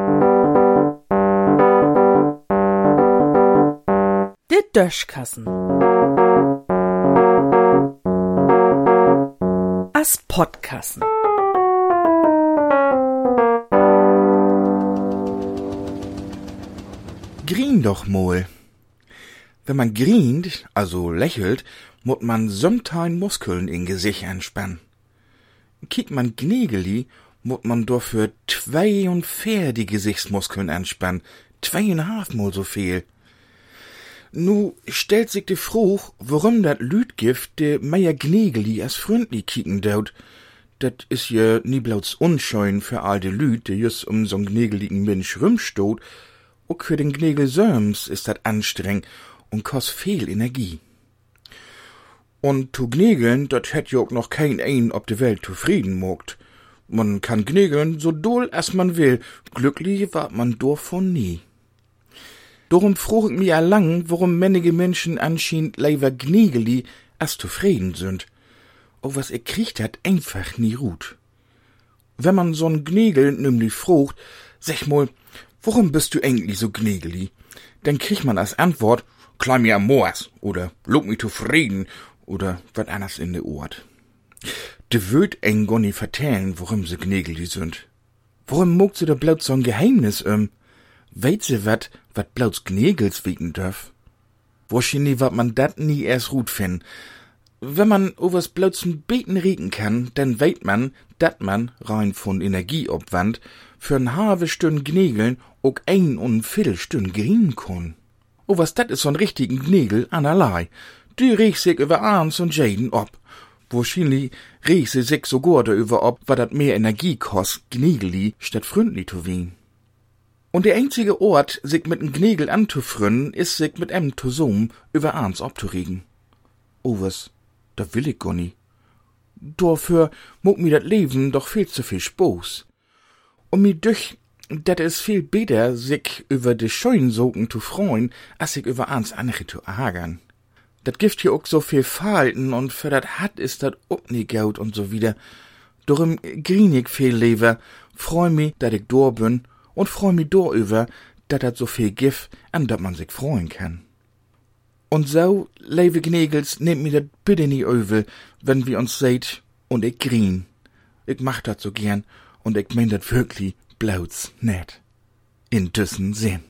Der Döschkassen. As Podkassen. Grien doch mal. Wenn man grient, also lächelt, muss man somtime Muskeln in Gesicht anspannen. Kiekt man gnägeli, muss man dafür 42 Gesichtsmuskeln anspannen, 2,5 mal so viel. Nu stellt sich die Fruch, warum dat Lütgift de meier gnägeli as freundlich kicken daut. Dat is ja nie bloß unschein für all de Lüt, die just so'n gnägeligen Mensch rumstot. Auch für den Gnägel söms ist dat anstrengend und kost viel Energie. Und zu gnägeln, dat hätt ja auch noch kein ein ob de Welt zufrieden mogt. Man kann gnägeln so doll as man will, glücklich ward man davon nie. Darum froh ich mich allang, warum männige Menschen anscheinend leider gnägeli as zufrieden sind. Auch was kriegt hat einfach nie Ruht. Wenn man so'n Gnägel nämlich frucht, sag mal, warum bist du eigentlich so gnägeli? Dann kriegt man als Antwort, klein mir am Moors, oder lob mich zufrieden, oder wat anders in de Ort. De würd eng gonni vertellen, warum sie gnägeli sind. Warum mogt sie da bloß so'n Geheimnis Weet sie wat bloß Gnägels wegen darf? Wahrscheinlich wat man dat nie erst gut find. Wenn man overs bloßen Beten reden kann, dann weet man, dat man, rein von Energieaufwand, für n halbe Stünd gnägeln ook 1 und 1/4 Stünd grien kann. Overs dat is so'n richtigen Gnägel anerlei. Die riech sich über abends und jeden ob. Wahrscheinlich riech sie sich sogar darüber ob, wat dat mehr Energie kost, gnägeli statt freundlich zu wien. Und der einzige Ort, sich mit n Gnägel anzufrönnen, ist sich mit em zusammen über abends abzuregen. Overs, da will ich gar nie. Dafür muck mir dat Leben doch viel zu viel Spaß. Und mir düch, dat is viel besser, sich über de Scheunsogen zu freuen, als sich über ans andere zu ärgern. Dat gibt hier auch so viel Verhalten und für dat hat is dat auch nie gaut und so wieder. Darum grien ich viel lieber, freu mi, dat ich da bin und freu mi darüber, dat dat so viel gibt, an dat man sich freuen kann. Und so, liebe Gnägels, nehmt mir dat bitte nie übel, wenn wir uns seht und ich grien. Ich mach dat so gern und ich mein dat wirklich bloß net. In düssen Sinn.